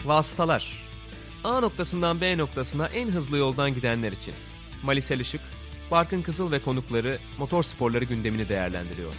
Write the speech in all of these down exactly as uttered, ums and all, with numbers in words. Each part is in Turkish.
Vasıtalar. A noktasından B noktasına en hızlı yoldan gidenler için. Malisel Işık, Barkın Kızıl ve konukları motor sporları gündemini değerlendiriyor.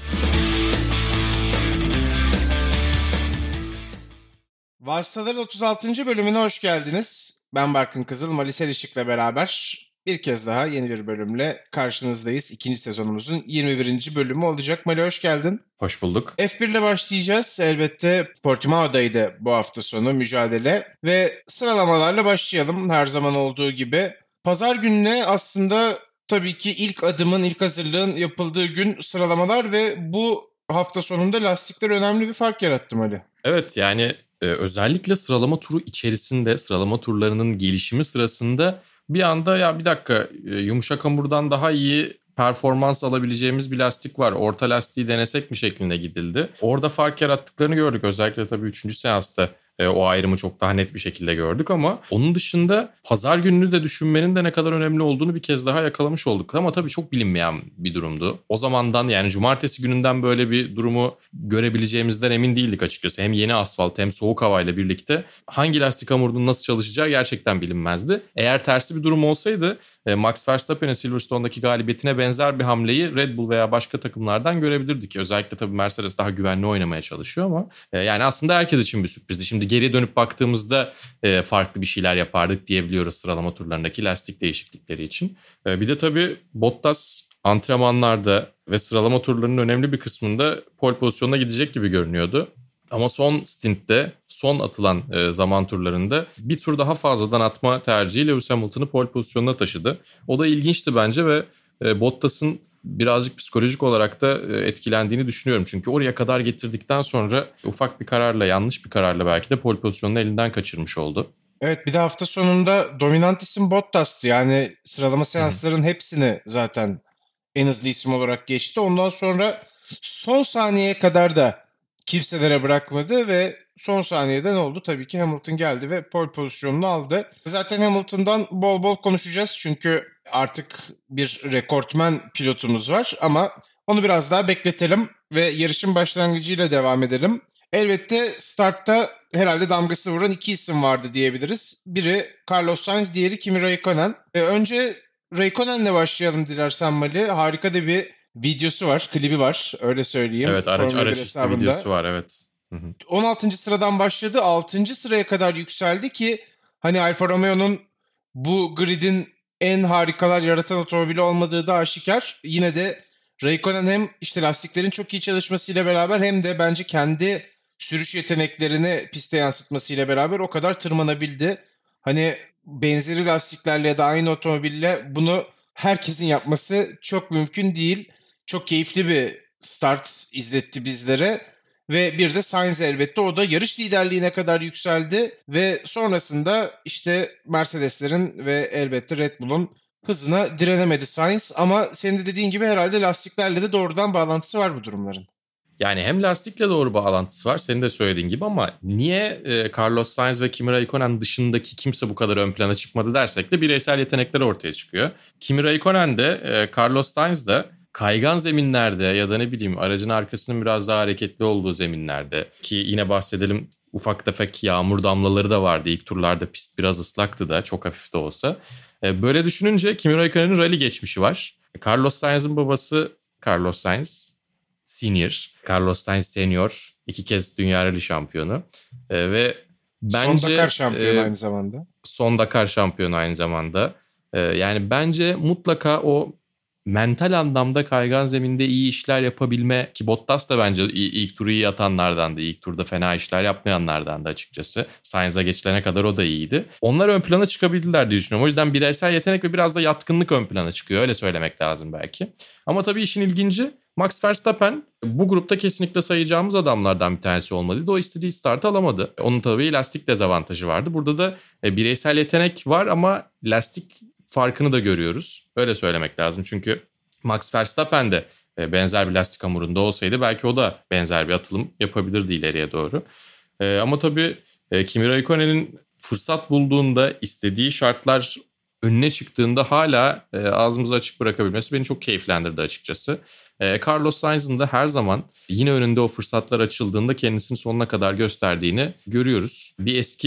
Vasıtaların otuz altıncı bölümüne hoş geldiniz. Ben Barkın Kızıl, Malisel Işık'la beraber bir kez daha yeni bir bölümle karşınızdayız. İkinci sezonumuzun yirmi birinci bölümü olacak. Mali hoş geldin. Hoş bulduk. F bir ile başlayacağız. Elbette Portimao'daydı bu hafta sonu mücadele. Ve sıralamalarla başlayalım her zaman olduğu gibi. Pazar gününe aslında tabii ki ilk adımın, ilk hazırlığın yapıldığı gün sıralamalar ve bu hafta sonunda lastikler önemli bir fark yarattı Mali. Evet yani e, özellikle sıralama turu içerisinde, sıralama turlarının gelişimi sırasında bir anda ya bir dakika e, yumuşak hamurdan daha iyi performans alabileceğimiz bir lastik var. Orta lastiği denesek mi şeklinde gidildi. Orada fark yarattıklarını gördük. Özellikle tabii üçüncü seansta e, o ayrımı çok daha net bir şekilde gördük ama onun dışında pazar gününü de düşünmenin de ne kadar önemli olduğunu bir kez daha yakalamış olduk. Ama tabii çok bilinmeyen bir durumdu. O zamandan yani cumartesi gününden böyle bir durumu görebileceğimizden emin değildik açıkçası. Hem yeni asfalt hem soğuk havayla birlikte hangi lastik hamurunun nasıl çalışacağı gerçekten bilinmezdi. Eğer tersi bir durum olsaydı Max Verstappen'in Silverstone'daki galibiyetine benzer bir hamleyi Red Bull veya başka takımlardan görebilirdik. Özellikle tabii Mercedes daha güvenli oynamaya çalışıyor ama yani aslında herkes için bir sürprizdi. Şimdi geriye dönüp baktığımızda farklı bir şeyler yapardık diyebiliyoruz sıralama turlarındaki lastik değişiklikleri için. Bir de tabii Bottas antrenmanlarda ve sıralama turlarının önemli bir kısmında pole pozisyonuna gidecek gibi görünüyordu. Ama son stintte, son atılan e, zaman turlarında bir tur daha fazladan atma tercihi Lewis Hamilton'ı pole pozisyonuna taşıdı. O da ilginçti bence ve e, Bottas'ın birazcık psikolojik olarak da e, etkilendiğini düşünüyorum. Çünkü oraya kadar getirdikten sonra ufak bir kararla, yanlış bir kararla belki de pole pozisyonunu elinden kaçırmış oldu. Evet, bir de hafta sonunda dominant isim Bottas'tı. Yani sıralama seansların hepsini zaten en hızlı isim olarak geçti. Ondan sonra son saniyeye kadar da kimselere bırakmadı ve son saniyede ne oldu? Tabii ki Hamilton geldi ve pole pozisyonunu aldı. Zaten Hamilton'dan bol bol konuşacağız çünkü artık bir rekortmen pilotumuz var ama onu biraz daha bekletelim ve yarışın başlangıcıyla devam edelim. Elbette startta herhalde damgasını vuran iki isim vardı diyebiliriz. Biri Carlos Sainz, diğeri Kimi Räikkönen. E, önce Räikkönen'le başlayalım dilersen Mali. Harika da bir videosu var, klibi var öyle söyleyeyim. Evet, araç, araç üstü videosu var, evet. Hı hı. on altıncı sıradan başladı, altıncı sıraya kadar yükseldi ki hani Alfa Romeo'nun bu gridin en harikalar yaratan otomobili olmadığı da aşikar. Yine de Räikkönen hem işte lastiklerin çok iyi çalışmasıyla beraber hem de bence kendi sürüş yeteneklerini piste yansıtmasıyla beraber o kadar tırmanabildi. Hani benzeri lastiklerle ya da aynı otomobille bunu herkesin yapması çok mümkün değil. Çok keyifli bir start izletti bizlere. Ve bir de Sainz elbette, o da yarış liderliğine kadar yükseldi. Ve sonrasında işte Mercedes'lerin ve elbette Red Bull'un hızına direnemedi Sainz. Ama senin de dediğin gibi herhalde lastiklerle de doğrudan bağlantısı var bu durumların. Yani hem lastikle doğru bağlantısı var senin de söylediğin gibi ama niye e, Carlos Sainz ve Kimi Räikkönen dışındaki kimse bu kadar ön plana çıkmadı dersek de bireysel yetenekler ortaya çıkıyor. Kimi Räikkönen de e, Carlos Sainz de kaygan zeminlerde ya da ne bileyim aracın arkasının biraz daha hareketli olduğu zeminlerde ki yine bahsedelim ufak tefek yağmur damlaları da vardı. İlk turlarda pist biraz ıslaktı da çok hafif de olsa. E, böyle düşününce Kimi Räikkönen'in rally geçmişi var. Carlos Sainz'ın babası Carlos Sainz Senior, Carlos Sainz Senior iki kez dünya rally şampiyonu ee, ve bence son Dakar şampiyonu e, aynı zamanda. Son Dakar şampiyonu aynı zamanda. Ee, yani bence mutlaka o mental anlamda kaygan zeminde iyi işler yapabilme ki Bottas da bence ilk, ilk turu iyi atanlardandı. İlk turda fena işler yapmayanlardandı açıkçası. Sainz'a geçilene kadar o da iyiydi. Onlar ön plana çıkabildiler diye düşünüyorum. O yüzden bireysel yetenek ve biraz da yatkınlık ön plana çıkıyor. Öyle söylemek lazım belki. Ama tabii işin ilginci Max Verstappen bu grupta kesinlikle sayacağımız adamlardan bir tanesi olmalıydı. O istediği startı alamadı. Onun tabii lastik dezavantajı vardı. Burada da bireysel yetenek var ama lastik farkını da görüyoruz. Öyle söylemek lazım. Çünkü Max Verstappen de benzer bir lastik hamurunda olsaydı belki o da benzer bir atılım yapabilirdi ileriye doğru. Ama tabii Kimi Räikkönen'in fırsat bulduğunda, istediği şartlar önüne çıktığında hala ağzımızı açık bırakabilmesi beni çok keyiflendirdi açıkçası. Carlos Sainz'ın da her zaman yine önünde o fırsatlar açıldığında kendisini sonuna kadar gösterdiğini görüyoruz. Bir eski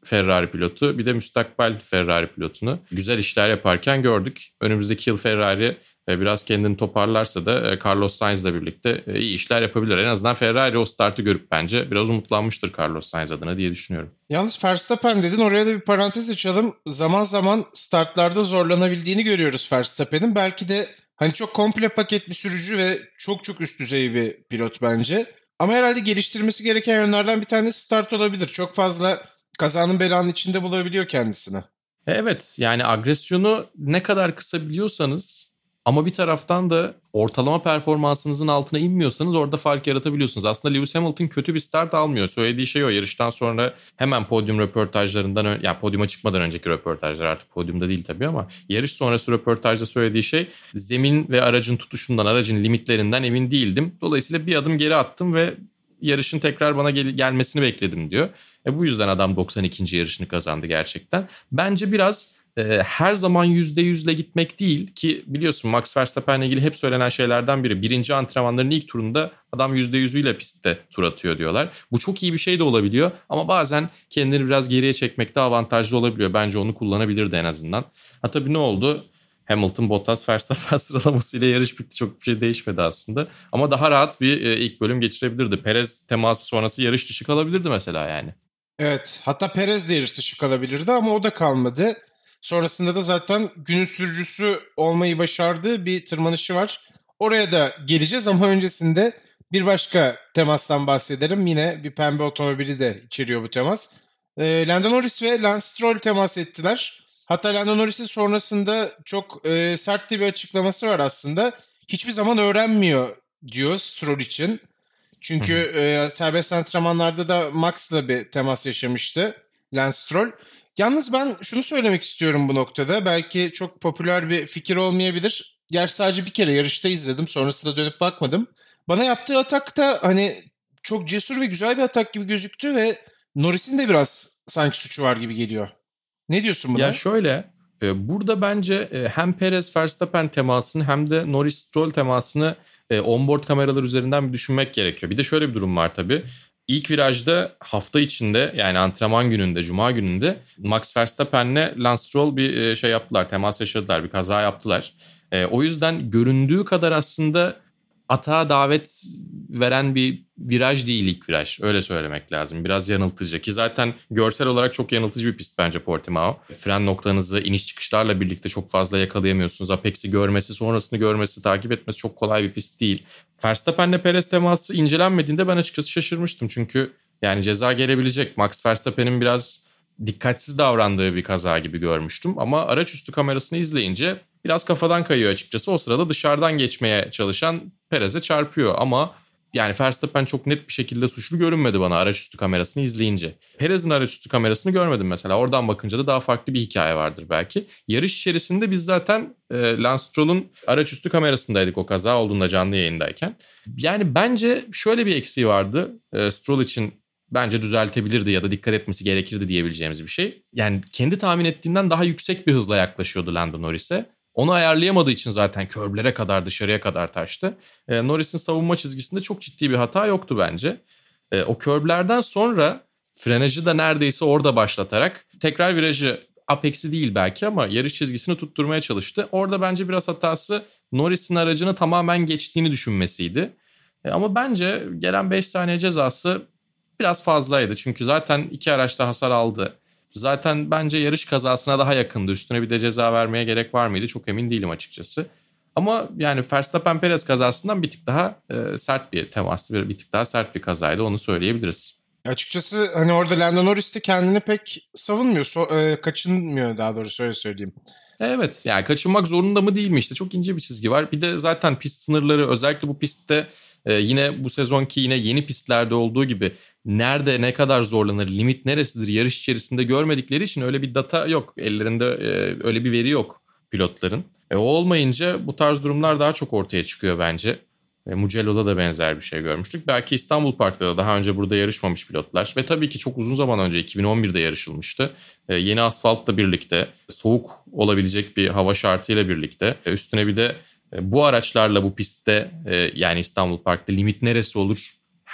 Ferrari pilotu bir de müstakbel Ferrari pilotunu güzel işler yaparken gördük. Önümüzdeki yıl Ferrari biraz kendini toparlarsa da Carlos Sainz'la birlikte iyi işler yapabilir. En azından Ferrari o startı görüp bence biraz umutlanmıştır Carlos Sainz adına diye düşünüyorum. Yalnız Verstappen dedin, oraya da bir parantez açalım. Zaman zaman startlarda zorlanabildiğini görüyoruz Verstappen'in. Belki de hani çok komple paket bir sürücü ve çok çok üst düzey bir pilot bence. Ama herhalde geliştirmesi gereken yönlerden bir tanesi start olabilir. Çok fazla kazanın belanın içinde bulabiliyor kendisini. Evet, yani agresyonu ne kadar kısabiliyorsanız ama bir taraftan da ortalama performansınızın altına inmiyorsanız orada fark yaratabiliyorsunuz. Aslında Lewis Hamilton kötü bir start almıyor. Söylediği şey o. Yarıştan sonra hemen podyum röportajlarından, ön- yani podyuma çıkmadan önceki röportajlar, artık podyumda değil tabii ama yarış sonrası röportajda söylediği şey, zemin ve aracın tutuşundan, aracın limitlerinden emin değildim. Dolayısıyla bir adım geri attım ve yarışın tekrar bana gel- gelmesini bekledim diyor. E bu yüzden adam doksan ikinci yarışını kazandı gerçekten. Bence biraz e, her zaman yüzde yüzle gitmek değil ki, biliyorsun Max Verstappen'le ilgili hep söylenen şeylerden biri. Birinci antrenmanların ilk turunda adam yüzde yüzüyle pistte tur atıyor diyorlar. Bu çok iyi bir şey de olabiliyor ama bazen kendini biraz geriye çekmekte avantajlı olabiliyor. Bence onu kullanabilirdi en azından. Ha tabii ne oldu? Hamilton, Bottas, Verstappen sıralamasıyla yarış bitti. Çok bir şey değişmedi aslında. Ama daha rahat bir e, ilk bölüm geçirebilirdi. Perez teması sonrası yarış dışı kalabilirdi mesela yani. Evet, hatta Perez de yarış dışı kalabilirdi ama o da kalmadı. Sonrasında da zaten günün sürücüsü olmayı başardığı bir tırmanışı var. Oraya da geleceğiz ama öncesinde bir başka temastan bahsederim. Yine bir pembe otomobili de içeriyor bu temas. E, Lando Norris ve Lance Stroll temas ettiler. Hatta Lando Norris'in sonrasında çok e, sert bir açıklaması var aslında. Hiçbir zaman öğrenmiyor diyor Stroll için. Çünkü e, serbest antrenmanlarda da Max'la bir temas yaşamıştı Lance Stroll. Yalnız ben şunu söylemek istiyorum bu noktada. Belki çok popüler bir fikir olmayabilir. Gerçi sadece bir kere yarışta izledim. Sonrasında dönüp bakmadım. Bana yaptığı atak da hani çok cesur ve güzel bir atak gibi gözüktü ve Norris'in de biraz sanki suçu var gibi geliyor. Ne diyorsun buna? Ya şöyle, e, burada bence e, hem Perez Verstappen temasını hem de Norris Stroll temasını e, onboard kameralar üzerinden bir düşünmek gerekiyor. Bir de şöyle bir durum var tabii. İlk virajda hafta içinde, yani antrenman gününde, cuma gününde Max Verstappen'le Lance Stroll bir e, şey yaptılar, temas yaşadılar, bir kaza yaptılar. E, o yüzden göründüğü kadar aslında atağa davet veren bir viraj değil ilk viraj. Öyle söylemek lazım. Biraz yanıltıcı ki zaten görsel olarak çok yanıltıcı bir pist bence Portimao. Fren noktanızı iniş çıkışlarla birlikte çok fazla yakalayamıyorsunuz. Apex'i görmesi, sonrasını görmesi, takip etmesi çok kolay bir pist değil. Verstappen'le Perez teması incelenmediğinde ben açıkçası şaşırmıştım. Çünkü yani ceza gelebilecek. Max Verstappen'in biraz dikkatsiz davrandığı bir kaza gibi görmüştüm. Ama araç üstü kamerasını izleyince biraz kafadan kayıyor açıkçası. O sırada dışarıdan geçmeye çalışan Perez'e çarpıyor ama yani Verstappen çok net bir şekilde suçlu görünmedi bana araç üstü kamerasını izleyince. Perez'in araç üstü kamerasını görmedim mesela. Oradan bakınca da daha farklı bir hikaye vardır belki. Yarış içerisinde biz zaten e, Lance Stroll'un araç üstü kamerasındaydık o kaza olduğunda, canlı yayındayken. Yani bence şöyle bir eksiği vardı. E, Stroll için bence düzeltebilirdi ya da dikkat etmesi gerekirdi diyebileceğimiz bir şey. Yani kendi tahmin ettiğinden daha yüksek bir hızla yaklaşıyordu Lando Norris'e. Onu ayarlayamadığı için zaten körbülere kadar, dışarıya kadar taştı. E, Norris'in savunma çizgisinde çok ciddi bir hata yoktu bence. E, o körblerden sonra frenajı da neredeyse orada başlatarak tekrar virajı, apex'i değil belki ama yarış çizgisini tutturmaya çalıştı. Orada bence biraz hatası Norris'in aracını tamamen geçtiğini düşünmesiydi. E, ama bence gelen beş saniye cezası biraz fazlaydı. Çünkü zaten iki araçta hasar aldı. Zaten bence yarış kazasına daha yakındı. Üstüne bir de ceza vermeye gerek var mıydı? Çok emin değilim açıkçası. Ama yani Verstappen Perez kazasından bir tık daha e, sert bir temastı. Bir, bir tık daha sert bir kazaydı, onu söyleyebiliriz. Açıkçası hani orada Lando Norris de kendini pek savunmuyor. So, e, kaçınmıyor daha doğrusu, öyle söyleyeyim. Evet, yani kaçınmak zorunda mı değil mi işte, çok ince bir çizgi var. Bir de zaten pist sınırları, özellikle bu pistte e, yine bu sezonki yine yeni pistlerde olduğu gibi nerede ne kadar zorlanır, limit neresidir yarış içerisinde görmedikleri için öyle bir data yok. Ellerinde e, öyle bir veri yok pilotların. E, o olmayınca bu tarz durumlar daha çok ortaya çıkıyor bence. E, Mugello'da da benzer bir şey görmüştük. Belki İstanbul Park'ta da daha önce burada yarışmamış pilotlar ve tabii ki çok uzun zaman önce iki bin on birde yarışılmıştı. E, yeni asfaltla birlikte, soğuk olabilecek bir hava şartıyla birlikte, e, üstüne bir de e, bu araçlarla bu pistte e, yani İstanbul Park'ta limit neresi olur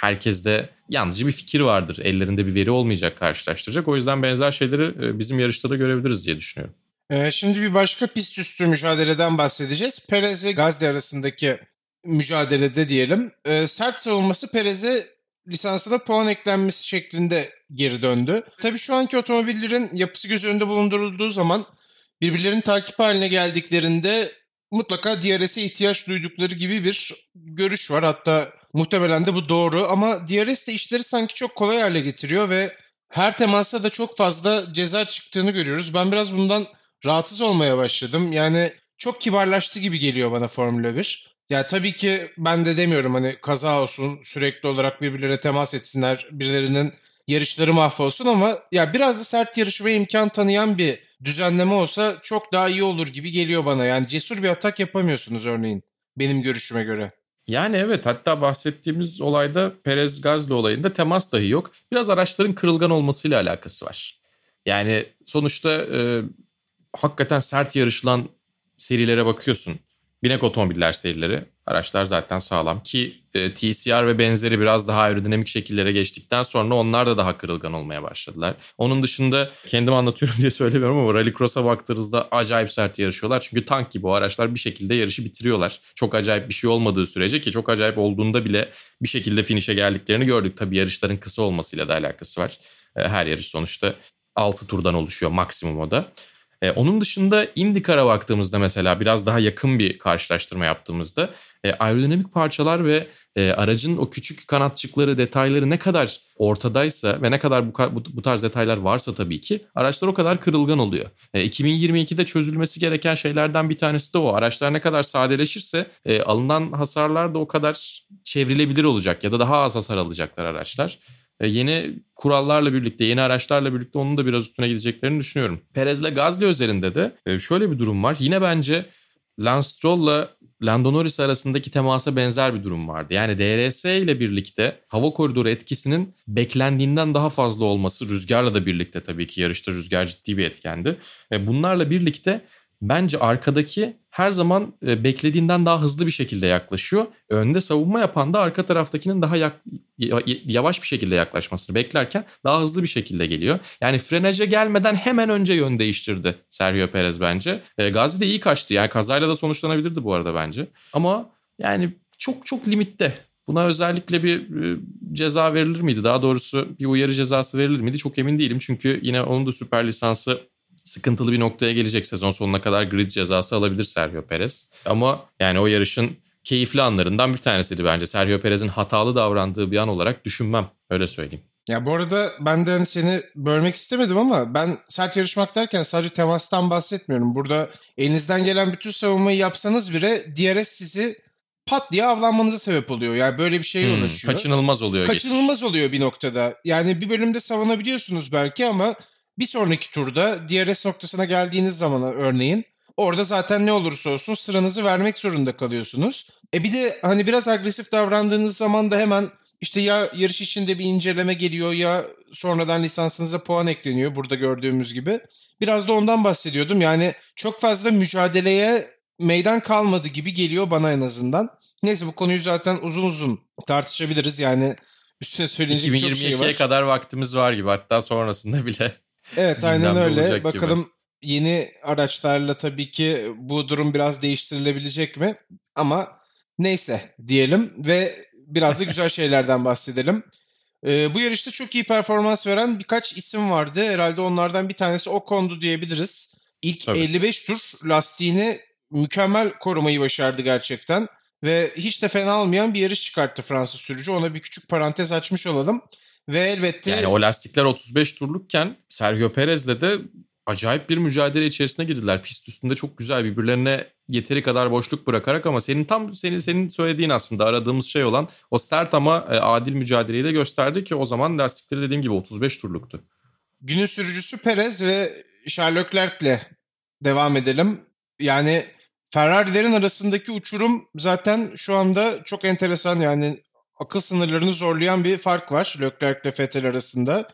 herkeste yalnızca bir fikir vardır. Ellerinde bir veri olmayacak karşılaştıracak. O yüzden benzer şeyleri bizim yarışta da görebiliriz diye düşünüyorum. Ee, şimdi bir başka pist üstü mücadeleden bahsedeceğiz. Perez ve Gasly arasındaki mücadelede diyelim. Ee, sert savunması Perez'e lisansına puan eklenmesi şeklinde geri döndü. Tabii şu anki otomobillerin yapısı göz önünde bulundurulduğu zaman birbirlerinin takip haline geldiklerinde mutlaka D R S'e ihtiyaç duydukları gibi bir görüş var. Hatta muhtemelen de bu doğru ama D R S de işleri sanki çok kolay hale getiriyor ve her temasta da çok fazla ceza çıktığını görüyoruz. Ben biraz bundan rahatsız olmaya başladım. Yani çok kibarlaştı gibi geliyor bana Formula bir. Ya tabii ki ben de demiyorum hani kaza olsun, sürekli olarak birbirlerine temas etsinler, birilerinin yarışları mahvolsun ama ya biraz da sert yarışmaya imkan tanıyan bir düzenleme olsa çok daha iyi olur gibi geliyor bana. Yani cesur bir atak yapamıyorsunuz örneğin benim görüşüme göre. Yani evet, hatta bahsettiğimiz olayda Perez-Gasly olayında temas dahi yok. Biraz araçların kırılgan olmasıyla alakası var. Yani sonuçta e, hakikaten sert yarışılan serilere bakıyorsun. Binek otomobiller serileri. Araçlar zaten sağlam ki e, T C R ve benzeri biraz daha aerodinamik şekillere geçtikten sonra onlar da daha kırılgan olmaya başladılar. Onun dışında kendim anlatıyorum diye söylemiyorum ama Rallycross'a baktığınızda acayip sert yarışıyorlar. Çünkü tank gibi o araçlar bir şekilde yarışı bitiriyorlar. Çok acayip bir şey olmadığı sürece, ki çok acayip olduğunda bile bir şekilde finish'e geldiklerini gördük. Tabii yarışların kısa olmasıyla da alakası var. E, her yarış sonuçta altı turdan oluşuyor maksimum o da. Ee, onun dışında IndyCar'a baktığımızda mesela biraz daha yakın bir karşılaştırma yaptığımızda e, aerodinamik parçalar ve e, aracın o küçük kanatçıkları, detayları ne kadar ortadaysa ve ne kadar bu, bu, bu tarz detaylar varsa tabii ki araçlar o kadar kırılgan oluyor. E, iki bin yirmi ikide çözülmesi gereken şeylerden bir tanesi de o. Araçlar ne kadar sadeleşirse e, alınan hasarlar da o kadar çevrilebilir olacak ya da daha az hasar alacaklar araçlar. Yeni kurallarla birlikte, yeni araçlarla birlikte onun da biraz üstüne gideceklerini düşünüyorum. Perez'le Gasly üzerinde de şöyle bir durum var. Yine bence Lance Stroll'la Lando Norris arasındaki temasa benzer bir durum vardı. Yani D R S ile birlikte hava koridoru etkisinin beklendiğinden daha fazla olması, rüzgarla da birlikte tabii ki yarışta rüzgar ciddi bir etkendi. Ve bunlarla birlikte bence arkadaki her zaman beklediğinden daha hızlı bir şekilde yaklaşıyor. Önde savunma yapan da arka taraftakinin daha yak- yavaş bir şekilde yaklaşmasını beklerken daha hızlı bir şekilde geliyor. Yani frenaja gelmeden hemen önce yön değiştirdi Sergio Perez bence. E, Gasly de iyi kaçtı. Yani kazayla da sonuçlanabilirdi bu arada bence. Ama yani çok çok limitte. Buna özellikle bir e, ceza verilir miydi? Daha doğrusu bir uyarı cezası verilir miydi? Çok emin değilim. Çünkü yine onun da süper lisansı sıkıntılı bir noktaya gelecek. Sezon sonuna kadar grid cezası alabilir Sergio Perez. Ama yani o yarışın keyifli anlarından bir tanesiydi bence. Sergio Perez'in hatalı davrandığı bir an olarak düşünmem. Öyle söyleyeyim. Ya bu arada ben de hani seni bölmek istemedim ama ben sert yarışmak derken sadece temastan bahsetmiyorum. Burada elinizden gelen bütün savunmayı yapsanız bile D R S sizi pat diye avlanmanıza sebep oluyor. Yani böyle bir şeye yol Hmm, açıyor. kaçınılmaz oluyor. Kaçınılmaz geçiş. oluyor bir noktada. Yani bir bölümde savunabiliyorsunuz belki ama bir sonraki turda D R S noktasına geldiğiniz zaman örneğin orada zaten ne olursa olsun sıranızı vermek zorunda kalıyorsunuz. E bir de hani biraz agresif davrandığınız zaman da hemen işte ya yarış içinde bir inceleme geliyor ya sonradan lisansınıza puan ekleniyor burada gördüğümüz gibi. Biraz da ondan bahsediyordum. Yani çok fazla mücadeleye meydan kalmadı gibi geliyor bana en azından. Neyse bu konuyu zaten uzun uzun tartışabiliriz. Yani üstüne söylenecek çok şey var. iki bin yirmi ikiye kadar vaktimiz var gibi, hatta sonrasında bile. Evet aynen öyle. Bakalım gibi. Yeni araçlarla tabii ki bu durum biraz değiştirilebilecek mi? Ama neyse diyelim ve biraz da güzel şeylerden bahsedelim. Ee, bu yarışta çok iyi performans veren birkaç isim vardı. Herhalde onlardan bir tanesi Ocon'du diyebiliriz. İlk Tabii. elli beş tur lastiğini mükemmel korumayı başardı gerçekten. Ve hiç de fena olmayan bir yarış çıkarttı Fransız sürücü. Ona bir küçük parantez açmış olalım. Ve elbette... Yani o lastikler otuz beş turlukken Sergio Perez'le de acayip bir mücadele içerisine girdiler. Pist üstünde çok güzel birbirlerine yeteri kadar boşluk bırakarak, ama senin tam senin senin söylediğin aslında aradığımız şey olan o sert ama adil mücadeleyi de gösterdi ki o zaman lastikleri dediğim gibi otuz beş turluktu. Günün sürücüsü Perez ve Charles Leclerc'le devam edelim. Yani Ferrari'lerin arasındaki uçurum zaten şu anda çok enteresan, yani akıl sınırlarını zorlayan bir fark var Leclerc ile Vettel arasında.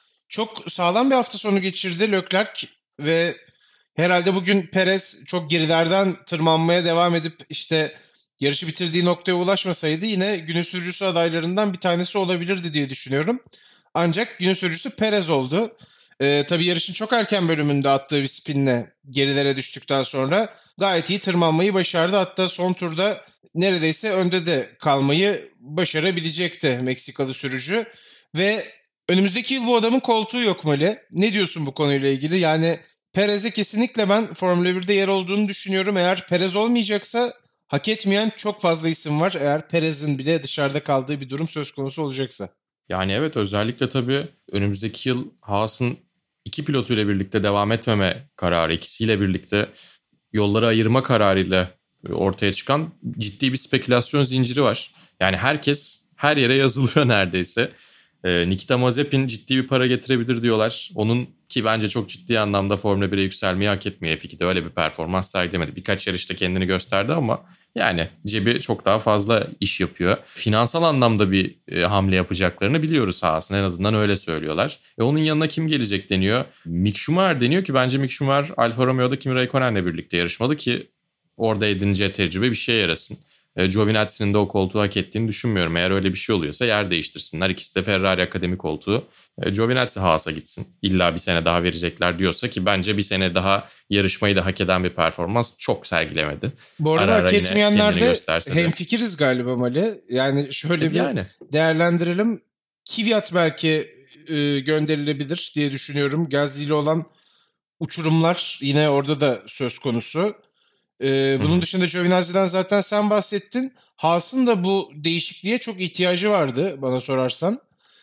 Çok sağlam bir hafta sonu geçirdi Leclerc ve herhalde bugün Perez çok gerilerden tırmanmaya devam edip işte yarışı bitirdiği noktaya ulaşmasaydı yine günün sürücüsü adaylarından bir tanesi olabilirdi diye düşünüyorum. Ancak günün sürücüsü Perez oldu. Ee, tabii yarışın çok erken bölümünde attığı bir spinle gerilere düştükten sonra gayet iyi tırmanmayı başardı. Hatta son turda neredeyse önde de kalmayı başarabilecekti Meksikalı sürücü. Ve önümüzdeki yıl bu adamın koltuğu yok Mali. Ne diyorsun bu konuyla ilgili? Yani Perez'e kesinlikle ben Formula birde yer olduğunu düşünüyorum. Eğer Perez olmayacaksa hak etmeyen çok fazla isim var. Eğer Perez'in bile dışarıda kaldığı bir durum söz konusu olacaksa. Yani evet, özellikle tabii önümüzdeki yıl Haas'ın iki pilotuyla birlikte devam etmeme kararı, ikisiyle birlikte yolları ayırma kararıyla ortaya çıkan ciddi bir spekülasyon zinciri var. Yani herkes her yere yazılıyor neredeyse. Ee, Nikita Mazepin ciddi bir para getirebilir diyorlar. Onun ki bence çok ciddi anlamda Formula bire yükselmeyi hak etmiyor. F iki'de öyle bir performans sergilemedi. Birkaç yarışta kendini gösterdi ama yani cebi çok daha fazla iş yapıyor. Finansal anlamda bir e, hamle yapacaklarını biliyoruz Haas'ın, en azından öyle söylüyorlar. E onun yanına kim gelecek deniyor. Mick Schumacher deniyor ki bence Mick Schumacher Alfa Romeo'da Kimi Räikkönen'le birlikte yarışmalı ki orada edineceği tecrübe bir şeye yarasın. E, Giovinazzi'nin de o koltuğu hak ettiğini düşünmüyorum. Eğer öyle bir şey oluyorsa yer değiştirsinler. İkisi de Ferrari Akademi koltuğu. E, Giovinazzi Haas'a gitsin. İlla bir sene daha verecekler diyorsa ki bence bir sene daha yarışmayı da hak eden bir performans çok sergilemedi. Bu arada Ara hak ara etmeyenlerde hemfikiriz galiba Mali. Yani şöyle bir yani. değerlendirelim. Kvyat belki e, gönderilebilir diye düşünüyorum. Gasly ile olan uçurumlar yine orada da söz konusu. Ee, bunun hmm. dışında Giovinazzi'den zaten sen bahsettin. Haas'ın da bu değişikliğe çok ihtiyacı vardı bana sorarsan.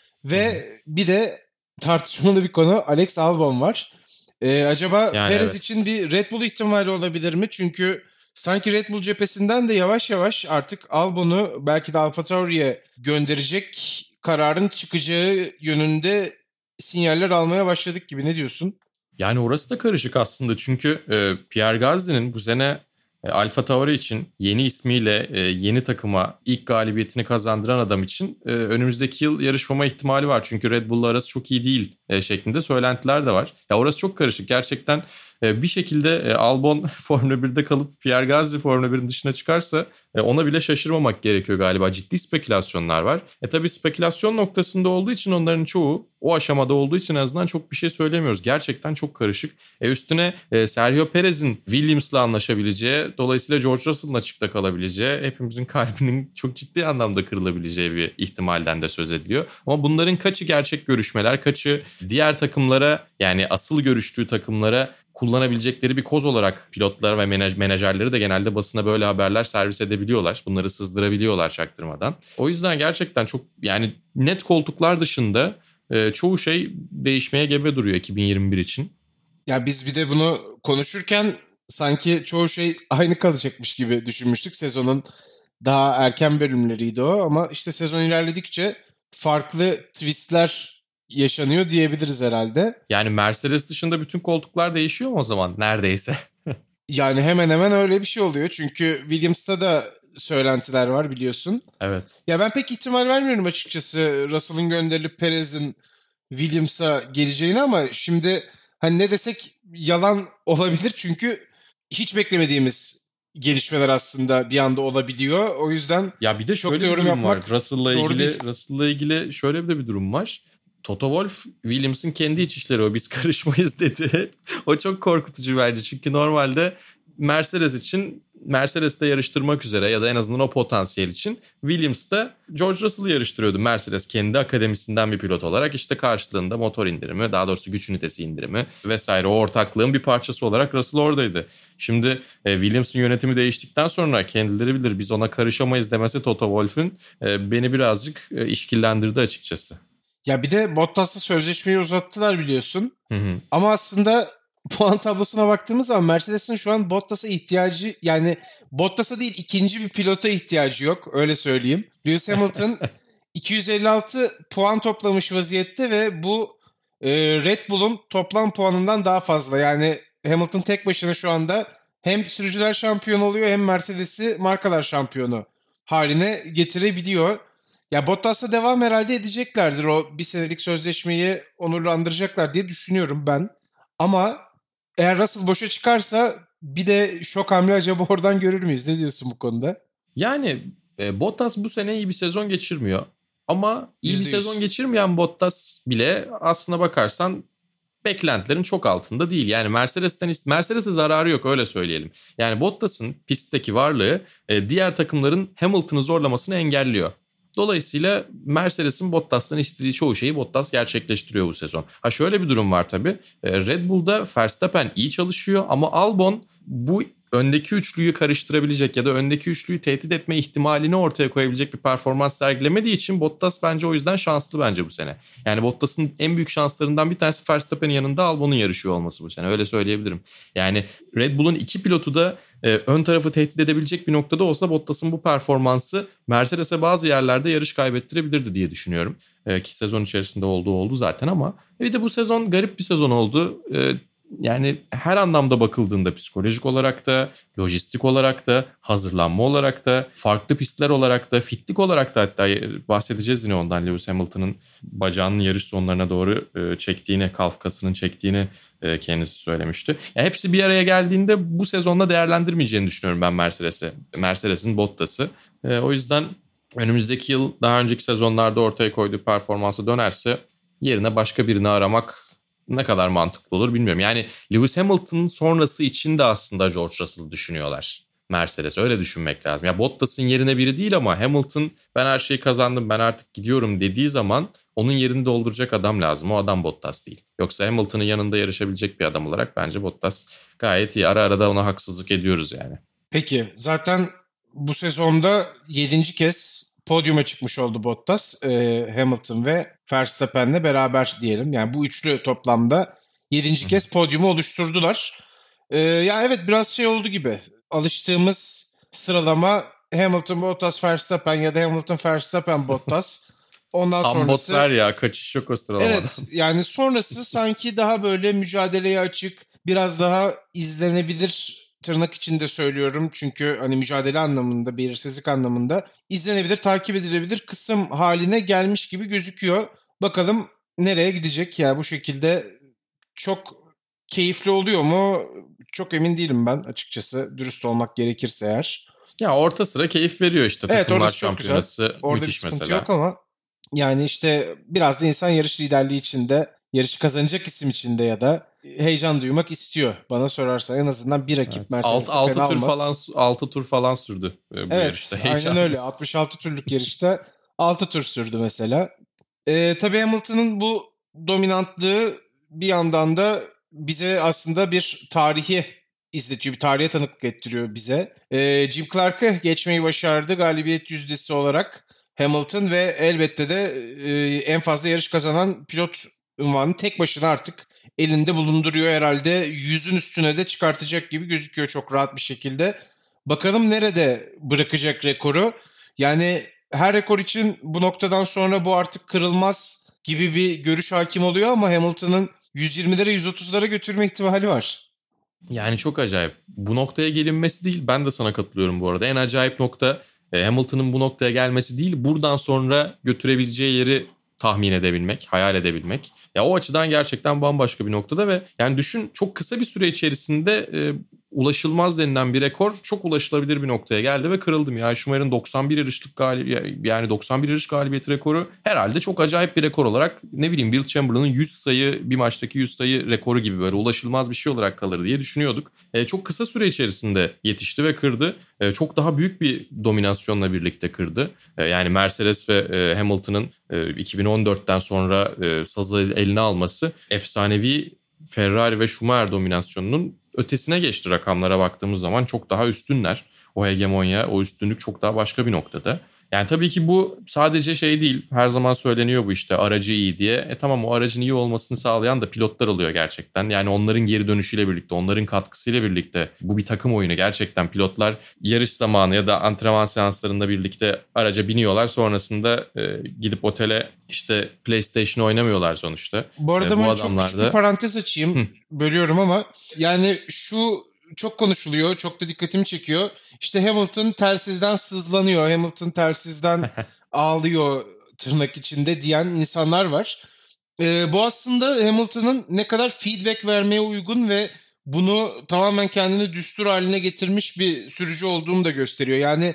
Ve hmm. bir de tartışmalı bir konu Alex Albon var. Ee, acaba yani Perez evet. için bir Red Bull ihtimali olabilir mi? Çünkü sanki Red Bull cephesinden de yavaş yavaş artık Albon'u belki de AlphaTauri'ye gönderecek kararın çıkacağı yönünde sinyaller almaya başladık gibi. Ne diyorsun? Yani orası da karışık aslında çünkü e, Pierre Gasly'nin bu sene e, AlphaTauri için yeni ismiyle e, yeni takıma ilk galibiyetini kazandıran adam için e, önümüzdeki yıl yarışmama ihtimali var. Çünkü Red Bull'la arası çok iyi değil e, şeklinde söylentiler de var. Ya orası çok karışık gerçekten. Bir şekilde Albon Formula birde kalıp Pierre Gasly Formula birin dışına çıkarsa ona bile şaşırmamak gerekiyor galiba. Ciddi spekülasyonlar var. E tabii spekülasyon noktasında olduğu için onların çoğu o aşamada olduğu için en azından çok bir şey söylemiyoruz. Gerçekten çok karışık. E üstüne e, Sergio Perez'in Williams'la anlaşabileceği, dolayısıyla George Russell'ın açıkta kalabileceği, hepimizin kalbinin çok ciddi anlamda kırılabileceği bir ihtimalden de söz ediliyor. Ama bunların kaçı gerçek görüşmeler, kaçı diğer takımlara, yani asıl görüştüğü takımlara kullanabilecekleri bir koz olarak pilotlar ve menaj- menajerleri de genelde basına böyle haberler servis edebiliyorlar. Bunları sızdırabiliyorlar çaktırmadan. O yüzden gerçekten çok, yani net koltuklar dışında e, çoğu şey değişmeye gebe duruyor iki bin yirmi bir için. Ya biz bir de bunu konuşurken sanki çoğu şey aynı kalacakmış gibi düşünmüştük. Sezonun daha erken bölümleriydi o ama işte sezon ilerledikçe farklı twistler yaşanıyor diyebiliriz herhalde. Yani Mercedes dışında bütün koltuklar değişiyor mu o zaman neredeyse? Yani hemen hemen öyle bir şey oluyor. Çünkü Williams'ta da söylentiler var biliyorsun. Evet. Ya ben pek ihtimal vermiyorum açıkçası Russell'ın gönderilip Perez'in Williams'a geleceğini ama şimdi hani ne desek yalan olabilir çünkü hiç beklemediğimiz gelişmeler aslında bir anda olabiliyor. O yüzden ya bir de şöyle bir durum var. Russell'la ilgili Russell'la ilgili şöyle bir durum var. Toto Wolff Williams'ın kendi iç işleri o, biz karışmayız dedi. O çok korkutucu bence çünkü normalde Mercedes için Mercedes'te yarıştırmak üzere ya da en azından o potansiyel için Williams'ta George Russell'ı yarıştırıyordu Mercedes kendi akademisinden bir pilot olarak. İşte karşılığında motor indirimi, daha doğrusu güç ünitesi indirimi vesaire o ortaklığın bir parçası olarak Russell oradaydı. Şimdi e, Williams'ın yönetimi değiştikten sonra kendileri bilir biz ona karışamayız demesi Toto Wolff'un e, beni birazcık e, işkillendirdi açıkçası. Ya bir de Bottas'la sözleşmeyi uzattılar biliyorsun. Hı hı. Ama aslında puan tablosuna baktığımız zaman Mercedes'in şu an Bottas'a ihtiyacı, yani Bottas'a değil ikinci bir pilota ihtiyacı yok öyle söyleyeyim. Lewis Hamilton iki yüz elli altı puan toplamış vaziyette ve bu e, Red Bull'un toplam puanından daha fazla. Yani Hamilton tek başına şu anda hem sürücüler şampiyonu oluyor hem Mercedes'i markalar şampiyonu haline getirebiliyor. Ya Bottas'la devam herhalde edeceklerdir. O bir senelik sözleşmeyi onurlandıracaklar diye düşünüyorum ben. Ama eğer Russell boşa çıkarsa bir de şok hamle acaba oradan görür müyüz? Ne diyorsun bu konuda? Yani e, Bottas bu sene iyi bir sezon geçirmiyor. Ama iyi yüzde bir yüz sezon geçirmeyen Bottas bile aslına bakarsan beklentilerin çok altında değil. Yani Mercedes'ten Mercedes'e zararı yok, öyle söyleyelim. Yani Bottas'ın pistteki varlığı e, diğer takımların Hamilton'ı zorlamasını engelliyor. Dolayısıyla Mercedes'in Bottas'tan istediği çoğu şeyi Bottas gerçekleştiriyor bu sezon. Ha şöyle bir durum var tabii. E, Red Bull'da Verstappen iyi çalışıyor ama Albon bu öndeki üçlüyü karıştırabilecek ya da öndeki üçlüyü tehdit etme ihtimalini ortaya koyabilecek bir performans sergilemediği için Bottas bence o yüzden şanslı bence bu sene. Yani Bottas'ın en büyük şanslarından bir tanesi Verstappen'in yanında Albon'un yarışıyor olması bu sene, öyle söyleyebilirim. Yani Red Bull'un iki pilotu da e, ön tarafı tehdit edebilecek bir noktada olsa Bottas'ın bu performansı Mercedes'e bazı yerlerde yarış kaybettirebilirdi diye düşünüyorum. E, ki sezon içerisinde olduğu oldu zaten ama bir de bu sezon garip bir sezon oldu. E, Yani her anlamda bakıldığında psikolojik olarak da, lojistik olarak da, hazırlanma olarak da, farklı pistler olarak da, fitlik olarak da, hatta bahsedeceğiz yine ondan, Lewis Hamilton'ın bacağının yarış sonlarına doğru çektiğini, kalf kasının çektiğini kendisi söylemişti. Yani hepsi bir araya geldiğinde bu sezonda değerlendirmeyeceğini düşünüyorum ben Mercedes'i. Mercedes'in Bottas'ı. O yüzden önümüzdeki yıl daha önceki sezonlarda ortaya koyduğu performansa dönerse yerine başka birini aramak ne kadar mantıklı olur bilmiyorum. Yani Lewis Hamilton sonrası için de aslında George Russell'ı düşünüyorlar Mercedes. Öyle düşünmek lazım. Ya Bottas'ın yerine biri değil ama Hamilton ben her şeyi kazandım, ben artık gidiyorum dediği zaman onun yerini dolduracak adam lazım. O adam Bottas değil. Yoksa Hamilton'ın yanında yarışabilecek bir adam olarak bence Bottas gayet iyi. Ara ara da ona haksızlık ediyoruz yani. Peki zaten bu sezonda yedinci kez podyuma çıkmış oldu Bottas, e, Hamilton ve Verstappen'le beraber diyelim. Yani bu üçlü toplamda yedinci kez podyumu oluşturdular. E, yani evet, biraz şey oldu gibi. Alıştığımız sıralama Hamilton, Bottas, Verstappen ya da Hamilton, Verstappen, Bottas. Ondan sonrası... Ambotlar ya, kaçış yok o sıralamadan. Evet, yani sonrası sanki daha böyle mücadeleye açık, biraz daha izlenebilir, tırnak içinde söylüyorum çünkü hani mücadele anlamında, belirsizlik anlamında izlenebilir, takip edilebilir kısım haline gelmiş gibi gözüküyor. Bakalım nereye gidecek ya, bu şekilde çok keyifli oluyor mu? Çok emin değilim ben açıkçası, dürüst olmak gerekirse eğer. Ya orta sıra keyif veriyor işte. Evet, Takımlar şampiyonası orada müthiş bir sıkıntı mesela. yok ama yani işte biraz da insan yarış liderliği içinde, yarışı kazanacak isim içinde ya da heyecan duymak istiyor. Bana sorarsan en azından bir rakip evet. Mercedes'i altı fena tur almaz. Falan, altı tur falan sürdü bu evet, yarışta. Evet, aynen öyle. altmış altı turluk yarışta altı tur sürdü mesela. Ee, tabii Hamilton'ın bu dominantlığı bir yandan da bize aslında bir tarihi izletiyor. Bir tarihe tanıklık ettiriyor bize. Ee, Jim Clark'ı geçmeyi başardı galibiyet yüzdesi olarak Hamilton ve elbette de e, en fazla yarış kazanan pilot unvanını tek başına artık elinde bulunduruyor herhalde. Yüzün üstüne de çıkartacak gibi gözüküyor çok rahat bir şekilde. Bakalım nerede bırakacak rekoru? Yani her rekor için bu noktadan sonra bu artık kırılmaz gibi bir görüş hakim oluyor ama Hamilton'ın yüz yirmilere yüz otuzlara götürme ihtimali var. Yani çok acayip. Bu noktaya gelinmesi değil, ben de sana katılıyorum bu arada. En acayip nokta Hamilton'ın bu noktaya gelmesi değil, buradan sonra götürebileceği yeri tahmin edebilmek, hayal edebilmek. Ya o açıdan gerçekten bambaşka bir noktada ve yani düşün, çok kısa bir süre içerisinde e, ulaşılmaz denilen bir rekor çok ulaşılabilir bir noktaya geldi ve kırıldım. Ya Schumacher'ın doksan bir yarışlık galibiyet, yani doksan bir yarış galibiyeti rekoru herhalde çok acayip bir rekor olarak, ne bileyim Will Chamberlain'ın yüz sayı, bir maçtaki yüz sayı rekoru gibi böyle ulaşılmaz bir şey olarak kalır diye düşünüyorduk. E, çok kısa süre içerisinde yetişti ve kırdı. E, çok daha büyük bir dominasyonla birlikte kırdı. E, yani Mercedes ve e, Hamilton'ın e, iki bin on dörtten sonra e, sazı eline alması efsanevi Ferrari ve Schumacher dominasyonunun ötesine geçti. Rakamlara baktığımız zaman çok daha üstünler. O hegemonya, o üstünlük çok daha başka bir noktada. Yani tabii ki bu sadece şey değil. Her zaman söyleniyor bu işte, aracı iyi diye. E tamam, o aracın iyi olmasını sağlayan da pilotlar oluyor gerçekten. Yani onların geri dönüşüyle birlikte, onların katkısıyla birlikte bu bir takım oyunu gerçekten. Pilotlar yarış zamanı ya da antrenman seanslarında birlikte araca biniyorlar. Sonrasında e, gidip otele işte PlayStation oynamıyorlar sonuçta. Bu arada e, ben bu çok adamlar küçük da... bir parantez açayım. Hı. Bölüyorum ama yani şu çok konuşuluyor, çok da dikkatimi çekiyor. İşte Hamilton telsizden sızlanıyor, Hamilton telsizden ağlıyor tırnak içinde diyen insanlar var. Ee, bu aslında Hamilton'ın ne kadar feedback vermeye uygun ve bunu tamamen kendini düstur haline getirmiş bir sürücü olduğunu da gösteriyor. Yani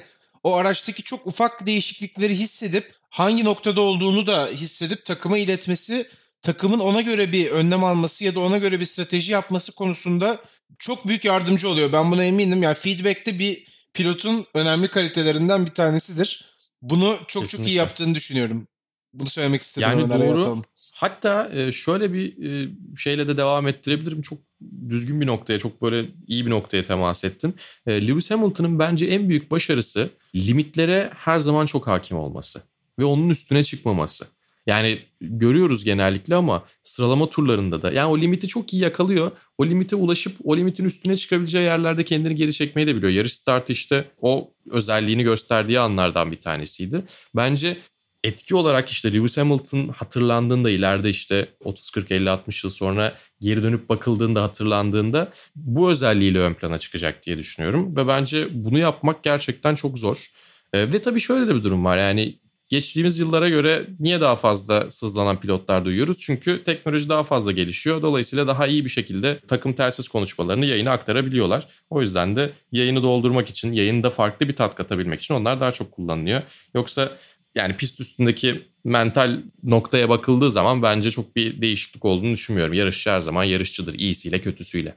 o araçtaki çok ufak değişiklikleri hissedip hangi noktada olduğunu da hissedip takıma iletmesi, takımın ona göre bir önlem alması ya da ona göre bir strateji yapması konusunda çok büyük yardımcı oluyor. Ben buna eminim. Yani feedback'te bir pilotun önemli kalitelerinden bir tanesidir. Bunu çok Kesinlikle. çok iyi yaptığını düşünüyorum. Bunu söylemek istedim. Yani doğru. Atalım. Hatta şöyle bir şeyle de devam ettirebilirim. Çok düzgün bir noktaya, çok böyle iyi bir noktaya temas ettin. Lewis Hamilton'ın bence en büyük başarısı limitlere her zaman çok hakim olması ve onun üstüne çıkmaması. Yani görüyoruz genellikle ama sıralama turlarında da. Yani o limiti çok iyi yakalıyor. O limite ulaşıp o limitin üstüne çıkabileceği yerlerde kendini geri çekmeyi de biliyor. Yarış startı işte o özelliğini gösterdiği anlardan bir tanesiydi. Bence etki olarak işte Lewis Hamilton hatırlandığında ileride işte otuz kırk elli altmış yıl sonra geri dönüp bakıldığında hatırlandığında bu özelliğiyle ön plana çıkacak diye düşünüyorum. Ve bence bunu yapmak gerçekten çok zor. Ee, ve tabii şöyle de bir durum var yani geçtiğimiz yıllara göre niye daha fazla sızlanan pilotlar duyuyoruz? Çünkü teknoloji daha fazla gelişiyor. Dolayısıyla daha iyi bir şekilde takım telsiz konuşmalarını yayına aktarabiliyorlar. O yüzden de yayını doldurmak için, yayında farklı bir tat katabilmek için onlar daha çok kullanılıyor. Yoksa yani pist üstündeki mental noktaya bakıldığı zaman bence çok bir değişiklik olduğunu düşünmüyorum. Yarışçı her zaman yarışçıdır, iyisiyle kötüsüyle.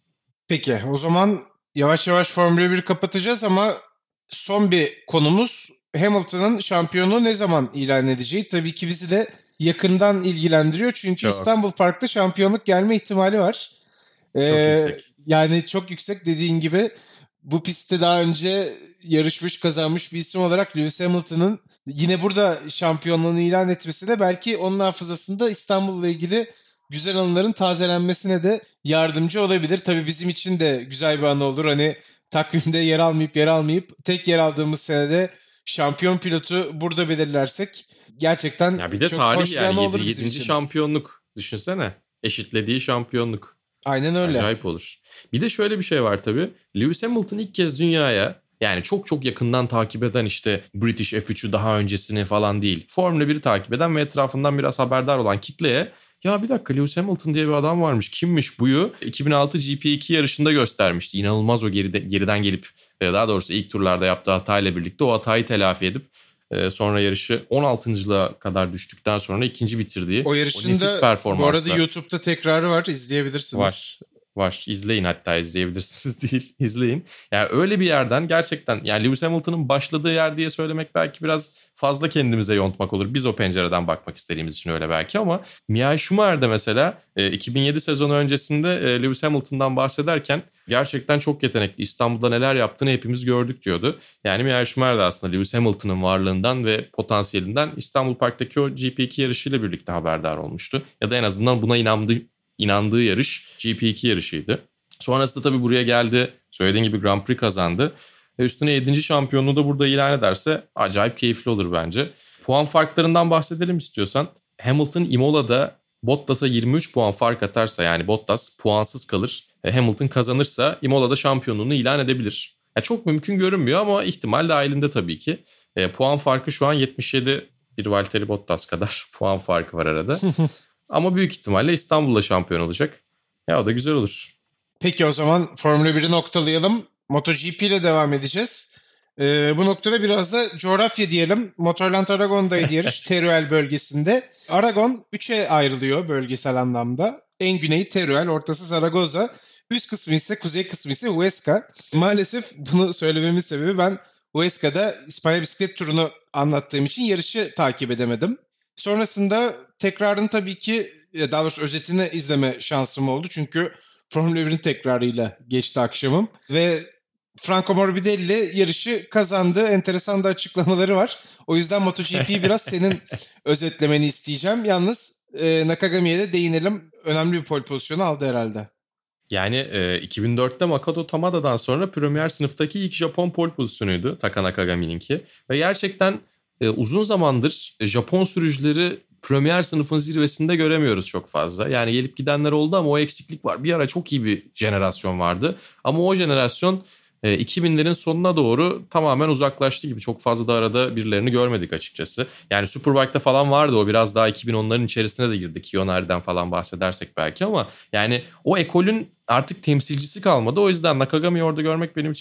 Peki o zaman yavaş yavaş Formula bir kapatacağız ama son bir konumuz Hamilton'ın şampiyonu ne zaman ilan edeceği. Tabii ki bizi de yakından ilgilendiriyor. Çünkü çok. İstanbul Park'ta şampiyonluk gelme ihtimali var. Ee, çok yüksek. Yani çok yüksek dediğin gibi. Bu pistte daha önce yarışmış, kazanmış bir isim olarak Lewis Hamilton'ın yine burada şampiyonluğunu ilan etmesi de belki onun hafızasında İstanbul'la ilgili güzel anıların tazelenmesine de yardımcı olabilir. Tabii bizim için de güzel bir anı olur. Hani takvimde yer almayıp yer almayıp tek yer aldığımız senede şampiyon pilotu burada belirlersek gerçekten ya bir de çok tarih hoş bir yani anı olur bizim yedinci için. Şampiyonluk düşünsene. Eşitlediği şampiyonluk. Aynen öyle. Acayip olur. Bir de şöyle bir şey var tabii. Lewis Hamilton ilk kez dünyaya yani çok çok yakından takip eden işte British F üç'ü daha öncesini falan değil. Formula bir'i takip eden ve etrafından biraz haberdar olan kitleye ya bir dakika Lewis Hamilton diye bir adam varmış. Kimmiş buyu? iki bin altı G P iki yarışında göstermişti. İnanılmaz o geride, geriden gelip daha doğrusu ilk turlarda yaptığı hatayla birlikte o hatayı telafi edip sonra yarışı on altıncılığa kadar düştükten sonra ikinci bitirdiği o yarışın da bu arada YouTube'da tekrarı var, izleyebilirsiniz. Var. Var. İzleyin, hatta izleyebilirsiniz değil. İzleyin. Yani öyle bir yerden gerçekten yani Lewis Hamilton'ın başladığı yer diye söylemek belki biraz fazla kendimize yontmak olur. Biz o pencereden bakmak istediğimiz için öyle belki ama Michael Schumacher de mesela iki bin yedi sezonu öncesinde Lewis Hamilton'dan bahsederken gerçekten çok yetenekli. İstanbul'da neler yaptığını hepimiz gördük diyordu. Yani Michael Schumacher de aslında Lewis Hamilton'ın varlığından ve potansiyelinden İstanbul Park'taki o G P iki yarışıyla birlikte haberdar olmuştu. Ya da en azından buna inandı. İnandığı yarış G P iki yarışıydı. Sonrasında tabii buraya geldi. Söylediğin gibi Grand Prix kazandı. Ve üstüne yedinci şampiyonluğu da burada ilan ederse acayip keyifli olur bence. Puan farklarından bahsedelim istiyorsan. Hamilton Imola'da Bottas'a yirmi üç puan fark atarsa yani Bottas puansız kalır. Hamilton kazanırsa Imola'da şampiyonluğunu ilan edebilir. Yani çok mümkün görünmüyor ama ihtimal dahilinde tabii ki. E, puan farkı şu an yetmiş yedi. Bir Valtteri Bottas kadar puan farkı var arada. Ama büyük ihtimalle İstanbul'da şampiyon olacak. Ya o da güzel olur. Peki o zaman Formula bir'i noktalayalım. MotoGP ile devam edeceğiz. Ee, bu noktada biraz da coğrafya diyelim. Motorland Aragon'daydı yarış Teruel bölgesinde. Aragon üçe ayrılıyor bölgesel anlamda. En güneyi Teruel, ortası Zaragoza. Üst kısmı ise, kuzey kısmı ise Huesca. Maalesef bunu söylememin sebebi ben Huesca'da İspanya bisiklet turunu anlattığım için yarışı takip edemedim. Sonrasında tekrarını tabii ki, daha doğrusu özetini izleme şansım oldu. Çünkü Formula bir'in tekrarıyla geçti akşamım. Ve Franco Morbidelli yarışı kazandı. Enteresan da açıklamaları var. O yüzden MotoGP'yi biraz senin özetlemeni isteyeceğim. Yalnız e, Nakagami'ye de değinelim. Önemli bir pole pozisyonu aldı herhalde. Yani e, iki bin dörtte Makoto Tamada'dan sonra Premier sınıftaki ilk Japon pole pozisyonuydu Taka Nakagami'ninki. Ve gerçekten e, uzun zamandır Japon sürücüleri Premier sınıfın zirvesinde göremiyoruz çok fazla. Yani gelip gidenler oldu ama o eksiklik var. Bir ara çok iyi bir jenerasyon vardı. Ama o jenerasyon e, iki binlerin sonuna doğru tamamen uzaklaştı gibi. Çok fazla da arada birilerini görmedik açıkçası. Yani Superbike'da falan vardı o, biraz daha iki bin onların içerisine de girdi. Kiyonari'den falan bahsedersek belki ama yani o ekolün artık temsilcisi kalmadı. O yüzden Nakagami'yi orada görmek benim için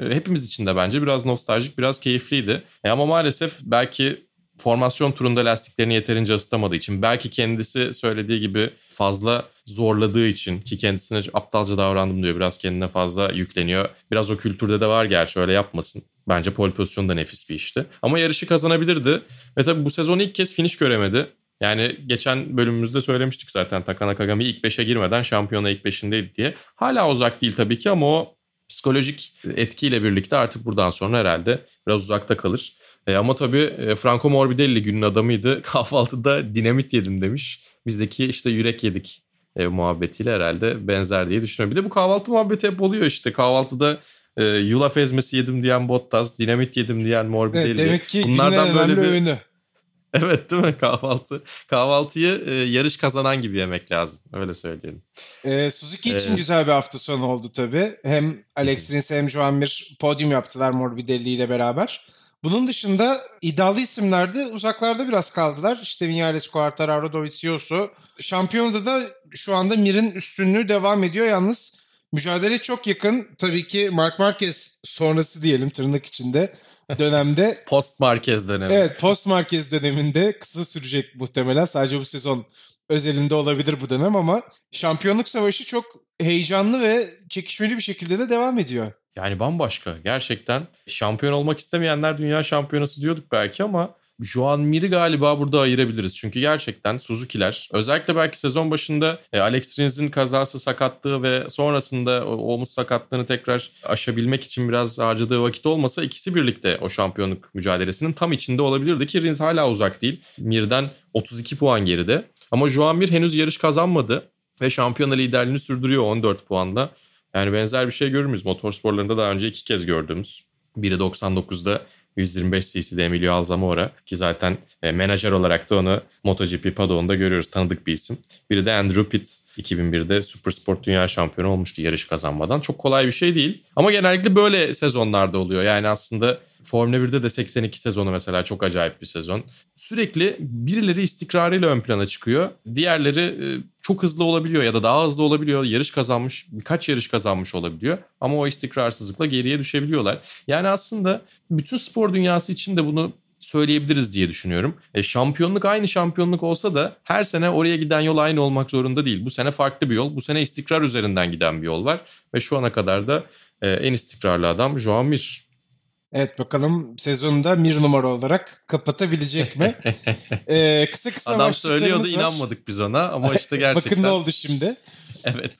hepimiz için de bence biraz nostaljik, biraz keyifliydi. E ama maalesef belki formasyon turunda lastiklerini yeterince ısıtamadığı için, belki kendisi söylediği gibi fazla zorladığı için, ki kendisine aptalca davrandım diyor, biraz kendine fazla yükleniyor. Biraz o kültürde de var gerçi, öyle yapmasın. Bence pole pozisyonu da nefis bir işti. Ama yarışı kazanabilirdi ve tabii bu sezon ilk kez finish göremedi. Yani geçen bölümümüzde söylemiştik zaten, Takana Kagami ilk beşe girmeden şampiyona ilk beşindeydi diye. Hala uzak değil tabii ki ama o psikolojik etkiyle birlikte artık buradan sonra herhalde biraz uzakta kalır. E ama tabii e, Franco Morbidelli günün adamıydı. Kahvaltıda dinamit yedim demiş. Bizdeki işte yürek yedik e, muhabbetiyle herhalde benzer diye düşünüyorum. Bir de bu kahvaltı muhabbeti hep oluyor işte. Kahvaltıda e, yulaf ezmesi yedim diyen Bottas, dinamit yedim diyen Morbidelli. Evet, demek ki bunlardan böyle bir öğünü. Evet, değil mi? Kahvaltı. Kahvaltıyı e, yarış kazanan gibi yemek lazım. Öyle söyleyelim. Ee, Suzuki için Ee, güzel bir hafta sonu oldu tabii. Hem Alex Rins hem Joan Mir podyum yaptılar Morbidelli ile beraber. Bunun dışında iddialı isimler de uzaklarda biraz kaldılar. İşte Viñales, Quartararo, Dovizioso. Şampiyonada da şu anda Mir'in üstünlüğü devam ediyor. Yalnız mücadele çok yakın. Tabii ki Marc Marquez sonrası diyelim tırnak içinde dönemde. Post Marquez dönemi. Evet, post Marquez döneminde kısa sürecek muhtemelen. Sadece bu sezon özelinde olabilir bu dönem ama şampiyonluk savaşı çok heyecanlı ve çekişmeli bir şekilde de devam ediyor. Yani bambaşka. Gerçekten şampiyon olmak istemeyenler dünya şampiyonası diyorduk belki ama Joan Mir'i galiba burada ayırabiliriz. Çünkü gerçekten Suzuki'ler, özellikle belki sezon başında e, Alex Rins'in kazası, sakatlığı ve sonrasında o omuz sakatlığını tekrar aşabilmek için biraz harcadığı vakit olmasa, ikisi birlikte o şampiyonluk mücadelesinin tam içinde olabilirdi ki Rins hala uzak değil. Mir'den otuz iki puan geride. Ama Joan Mir henüz yarış kazanmadı ve şampiyona liderliğini sürdürüyor on dört puanla. Yani benzer bir şey görür müyüz? Motorsporlarında daha önce iki kez gördüğümüz. Biri doksan dokuzda yüz yirmi beş cc'de Emilio Alzamora, ki zaten e, menajer olarak da onu MotoGP Paddock'unda görüyoruz, tanıdık bir isim. Biri de Andrew Pitt, iki bin birde Supersport Dünya Şampiyonu olmuştu yarış kazanmadan. Çok kolay bir şey değil ama genellikle böyle sezonlarda oluyor. Yani aslında Formula birde de seksen iki sezonu mesela çok acayip bir sezon. Sürekli birileri istikrarıyla ön plana çıkıyor. Diğerleri e, çok hızlı olabiliyor ya da daha hızlı olabiliyor. Yarış kazanmış, birkaç yarış kazanmış olabiliyor. Ama o istikrarsızlıkla geriye düşebiliyorlar. Yani aslında bütün spor dünyası için de bunu söyleyebiliriz diye düşünüyorum. E, şampiyonluk aynı şampiyonluk olsa da her sene oraya giden yol aynı olmak zorunda değil. Bu sene farklı bir yol. Bu sene istikrar üzerinden giden bir yol var. Ve şu ana kadar da e, en istikrarlı adam Joan Mir. Evet, bakalım sezonda bir numara olarak kapatabilecek mi? ee, kısa kısa Adam söylüyordu, var. inanmadık biz ona ama işte gerçekten. Bakın ne oldu şimdi. Evet.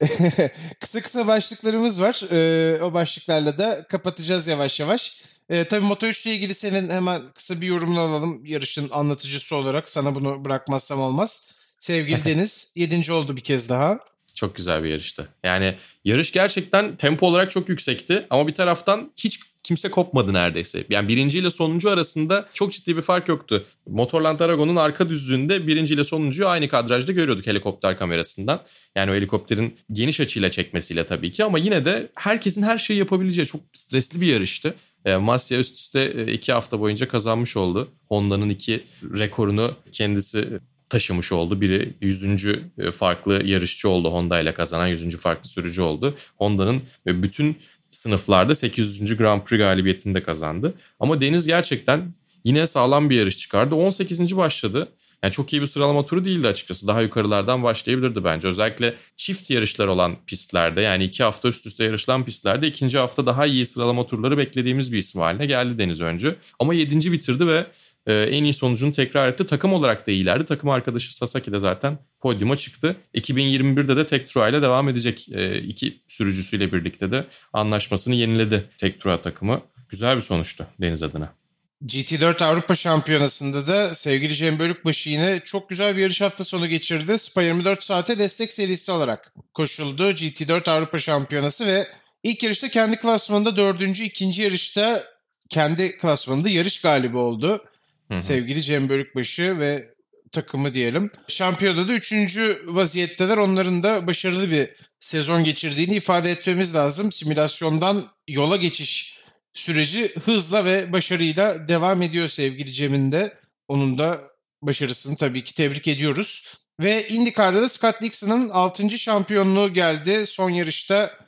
Kısa kısa başlıklarımız var. Ee, o başlıklarla da kapatacağız yavaş yavaş. Ee, tabii Moto üç ile ilgili senin hemen kısa bir yorumunu alalım. Yarışın anlatıcısı olarak sana bunu bırakmazsam olmaz. Sevgili Deniz yedinci oldu bir kez daha. Çok güzel bir yarıştı. Yani yarış gerçekten tempo olarak çok yüksekti ama bir taraftan hiç kimse kopmadı neredeyse. Yani birinci ile sonuncu arasında çok ciddi bir fark yoktu. Motorland Aragon'un arka düzlüğünde birinci ile sonuncuyu aynı kadrajda görüyorduk helikopter kamerasından. Yani o helikopterin geniş açıyla çekmesiyle tabii ki ama yine de herkesin her şeyi yapabileceği çok stresli bir yarıştı. E, Masya üst üste iki hafta boyunca kazanmış oldu. Honda'nın iki rekorunu kendisi taşımış oldu. Biri yüzüncü farklı yarışçı oldu. Honda ile kazanan yüzüncü farklı sürücü oldu. Honda'nın bütün sınıflarda sekiz yüzüncü Grand Prix galibiyetini de kazandı. Ama Deniz gerçekten yine sağlam bir yarış çıkardı. on sekizinci başladı. Yani çok iyi bir sıralama turu değildi açıkçası. Daha yukarılardan başlayabilirdi bence. Özellikle çift yarışlar olan pistlerde, yani iki hafta üst üste yarışılan pistlerde ikinci hafta daha iyi sıralama turları beklediğimiz bir isim haline geldi Deniz önce. Ama yedinci bitirdi ve e, en iyi sonucunu tekrar etti. Takım olarak da iyilerdi. Takım arkadaşı Sasaki de zaten podyuma çıktı. iki bin yirmi birde de Tektura ile devam edecek. E, iki sürücüsüyle birlikte de anlaşmasını yeniledi Tektura takımı. Güzel bir sonuçtu Deniz adına. G T dört Avrupa Şampiyonası'nda da sevgili Cem Bölükbaşı yine çok güzel bir yarış hafta sonu geçirdi. Spa yirmi dört saate destek serisi olarak koşuldu G T dört Avrupa Şampiyonası ve ilk yarışta kendi klasmanında dördüncü, ikinci yarışta kendi klasmanında yarış galibi oldu. Hı hı. Sevgili Cem Bölükbaşı ve takımı diyelim. Şampiyonada da üçüncü vaziyetteler. Onların da başarılı bir sezon geçirdiğini ifade etmemiz lazım. Simülasyondan yola geçiş süreci hızla ve başarıyla devam ediyor sevgili Cem'in de. Onun da başarısını tabii ki tebrik ediyoruz. Ve IndyCar'da da Scott Dixon'ın altıncı şampiyonluğu geldi. Son yarışta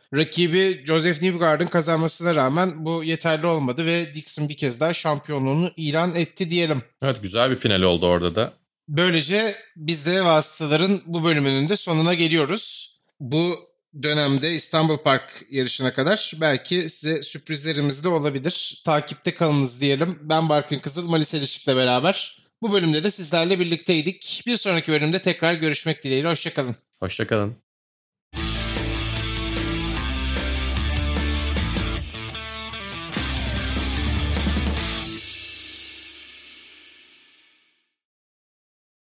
rakibi Joseph Newgarden kazanmasına rağmen bu yeterli olmadı ve Dixon bir kez daha şampiyonluğunu ilan etti diyelim. Evet, güzel bir final oldu orada da. Böylece biz de vasıtaların bu bölümünün de sonuna geliyoruz. Bu dönemde İstanbul Park yarışına kadar belki size sürprizlerimiz de olabilir. Takipte kalınız diyelim. Ben Barkın Kızıl, Mali Selişik'le beraber bu bölümde de sizlerle birlikteydik. Bir sonraki bölümde tekrar görüşmek dileğiyle. Hoşçakalın. Hoşçakalın.